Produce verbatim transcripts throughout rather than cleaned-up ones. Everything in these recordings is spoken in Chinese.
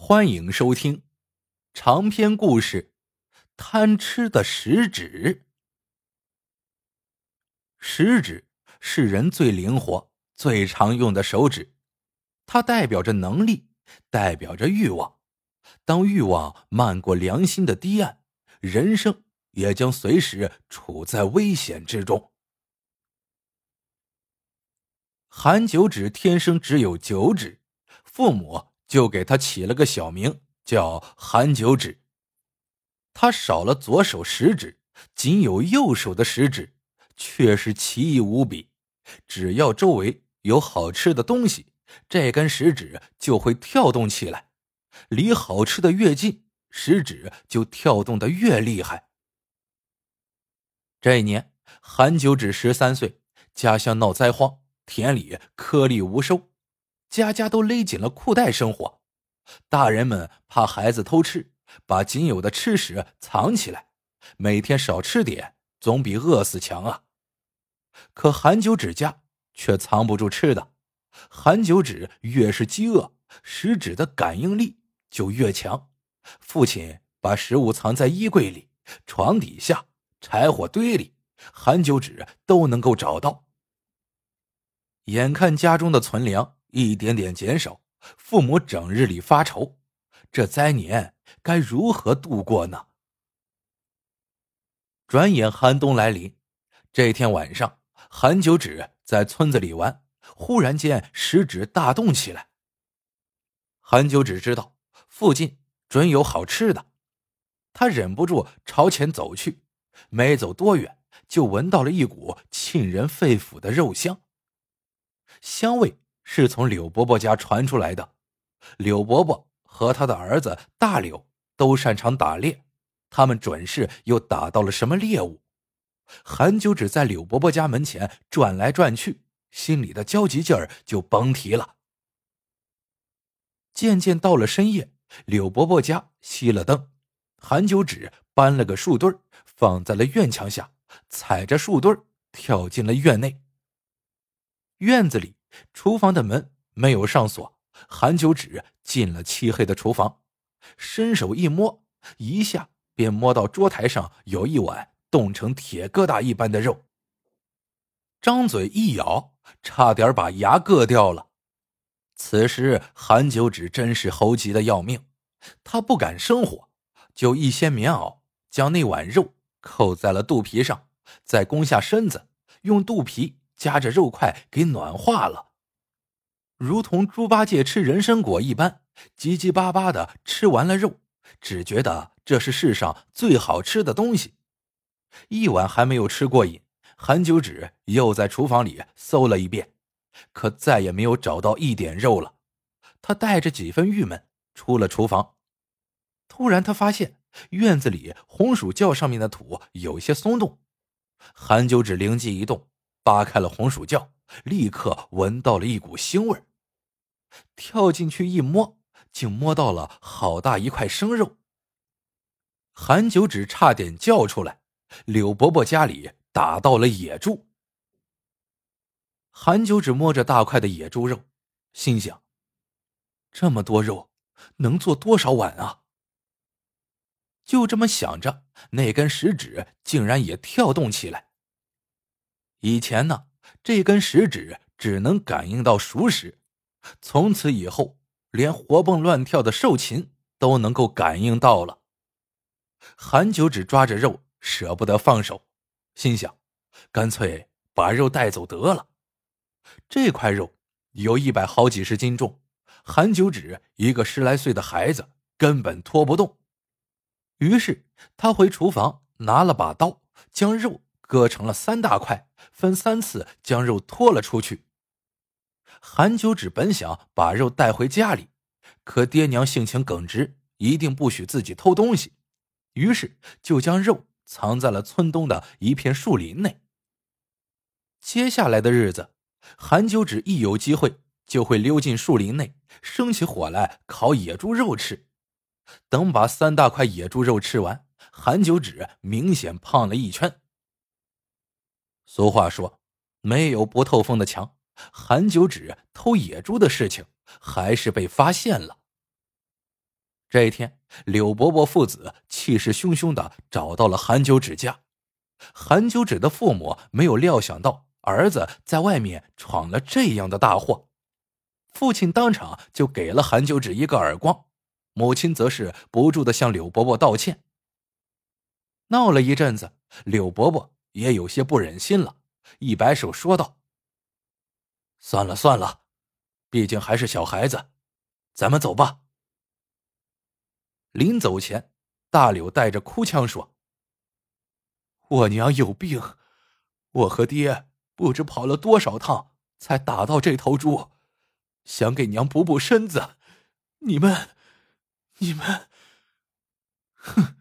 欢迎收听长篇故事《贪吃的食指》。食指是人最灵活、最常用的手指，它代表着能力，代表着欲望。当欲望漫过良心的堤岸，人生也将随时处在危险之中。韩九指天生只有九指，父母就给他起了个小名叫韩九指。他少了左手食指，仅有右手的食指，却是奇异无比。只要周围有好吃的东西，这根食指就会跳动起来，离好吃的越近，食指就跳动得越厉害。这一年，韩九指十三岁，家乡闹灾荒，田里颗粒无收，家家都勒紧了裤带生活。大人们怕孩子偷吃，把仅有的吃食藏起来，每天少吃点总比饿死强啊。可韩九指家却藏不住吃的，韩九指越是饥饿，食指的感应力就越强。父亲把食物藏在衣柜里、床底下、柴火堆里，韩九指都能够找到。眼看家中的存粮一点点减少，父母整日里发愁，这灾年该如何度过呢？转眼寒冬来临，这天晚上，韩九指在村子里玩，忽然间食指大动起来。韩九指知道附近准有好吃的，他忍不住朝前走去，没走多远，就闻到了一股沁人肺腑的肉香。香味是从柳伯伯家传出来的。柳伯伯和他的儿子大柳都擅长打猎，他们准是又打到了什么猎物。韩九指在柳伯伯家门前转来转去，心里的焦急劲儿就甭提了。渐渐到了深夜，柳伯伯家熄了灯，韩九指搬了个树墩放在了院墙下，踩着树墩跳进了院内。院子里厨房的门没有上锁，韩九指进了漆黑的厨房，伸手一摸，一下便摸到桌台上有一碗冻成铁疙瘩一般的肉。张嘴一咬，差点把牙硌掉了。此时韩九指真是猴急的要命，他不敢生火，就一掀棉袄，将那碗肉扣在了肚皮上，再弓下身子，用肚皮夹着肉块给暖化了。如同猪八戒吃人参果一般，叽叽巴巴的吃完了肉，只觉得这是世上最好吃的东西。一碗还没有吃过瘾，韩九指又在厨房里搜了一遍，可再也没有找到一点肉了。他带着几分郁闷出了厨房。突然他发现院子里红薯窖上面的土有些松动，韩九指灵机一动，扒开了红薯窖，立刻闻到了一股腥味，跳进去一摸，竟摸到了好大一块生肉。韩九指差点叫出来，柳伯伯家里打到了野猪。韩九指摸着大块的野猪肉，心想，这么多肉能做多少碗啊？就这么想着，那根食指竟然也跳动起来。以前呢，这根食指只能感应到熟食，从此以后连活蹦乱跳的兽禽都能够感应到了。韩九指抓着肉舍不得放手，心想干脆把肉带走得了。这块肉有一百好几十斤重，韩九指一个十来岁的孩子根本拖不动。于是他回厨房拿了把刀，将肉割成了三大块，分三次将肉拖了出去。韩九指本想把肉带回家里，可爹娘性情耿直，一定不许自己偷东西，于是就将肉藏在了村东的一片树林内。接下来的日子，韩九指一有机会就会溜进树林内，生起火来烤野猪肉吃。等把三大块野猪肉吃完，韩九指明显胖了一圈。俗话说，没有不透风的墙，韩九指偷野猪的事情还是被发现了。 这一天，柳伯伯父子气势汹汹地找到了韩九指家。韩九指的父母没有料想到儿子在外面闯了这样的大祸，父亲当场就给了韩九指一个耳光，母亲则是不住地向柳伯伯道歉。闹了一阵子，柳伯伯也有些不忍心了，一摆手说道：算了算了，毕竟还是小孩子，咱们走吧。临走前，大柳带着哭腔说：我娘有病，我和爹不知跑了多少趟才打到这头猪，想给娘补补身子，你们你们哼。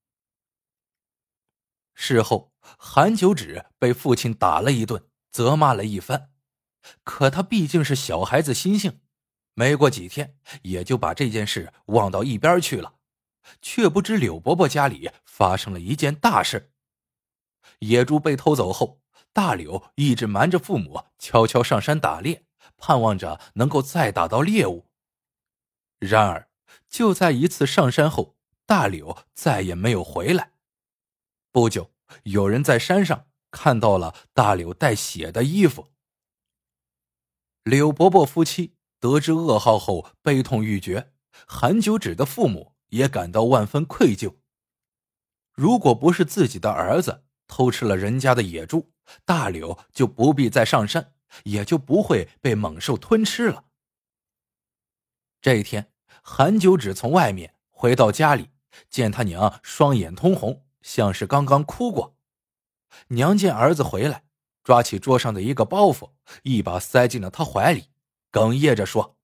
事后，韩九指被父亲打了一顿，责骂了一番，可他毕竟是小孩子心性，没过几天也就把这件事忘到一边去了。却不知柳伯伯家里发生了一件大事。野猪被偷走后，大柳一直瞒着父母悄悄上山打猎，盼望着能够再打到猎物。然而就在一次上山后，大柳再也没有回来。不久，有人在山上看到了大柳带血的衣服。柳伯伯夫妻得知噩耗后悲痛欲绝，韩九指的父母也感到万分愧疚。如果不是自己的儿子偷吃了人家的野猪，大柳就不必再上山，也就不会被猛兽吞吃了。这一天，韩九指从外面回到家里，见他娘双眼通红，像是刚刚哭过。娘见儿子回来，抓起桌上的一个包袱，一把塞进了他怀里，哽咽着说：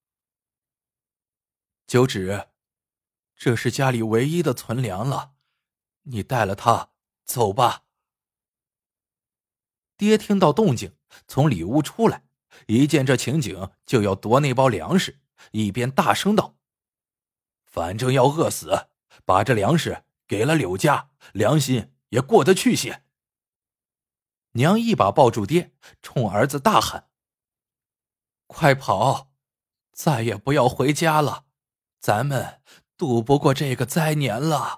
九指，这是家里唯一的存粮了，你带了它走吧。爹听到动静，从里屋出来，一见这情景就要夺那包粮食，一边大声道：反正要饿死，把这粮食给了柳家，良心也过得去些。娘一把抱住爹，冲儿子大喊：快跑，再也不要回家了，咱们渡不过这个灾年了。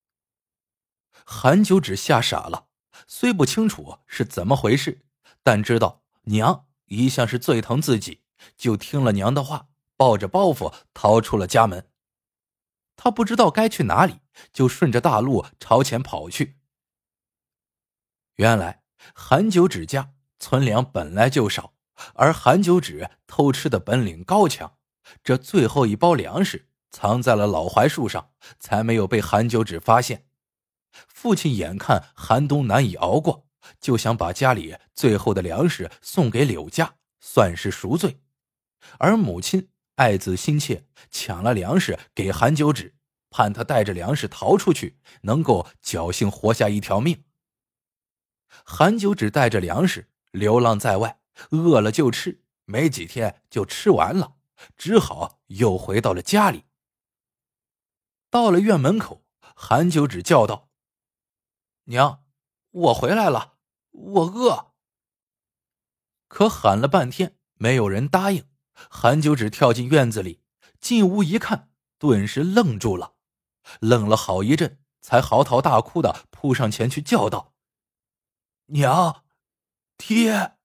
韩九指吓傻了，虽不清楚是怎么回事，但知道娘一向是最疼自己，就听了娘的话，抱着包袱逃出了家门。他不知道该去哪里，就顺着大路朝前跑去。原来韩九指家存粮本来就少，而韩九指偷吃的本领高强，这最后一包粮食藏在了老槐树上，才没有被韩九指发现。父亲眼看寒冬难以熬过，就想把家里最后的粮食送给柳家，算是赎罪。而母亲爱子心切，抢了粮食给韩九指，盼他带着粮食逃出去，能够侥幸活下一条命。韩九指带着粮食流浪在外，饿了就吃，没几天就吃完了，只好又回到了家里。到了院门口，韩九指叫道：娘，我回来了，我饿。可喊了半天没有人答应，韩九指跳进院子里，进屋一看，顿时愣住了，愣了好一阵，才嚎啕大哭的扑上前去叫道：娘，爹。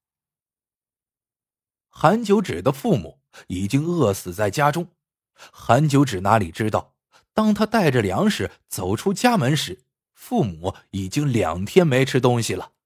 韩九指的父母已经饿死在家中，韩九指哪里知道，当他带着粮食走出家门时，父母已经两天没吃东西了。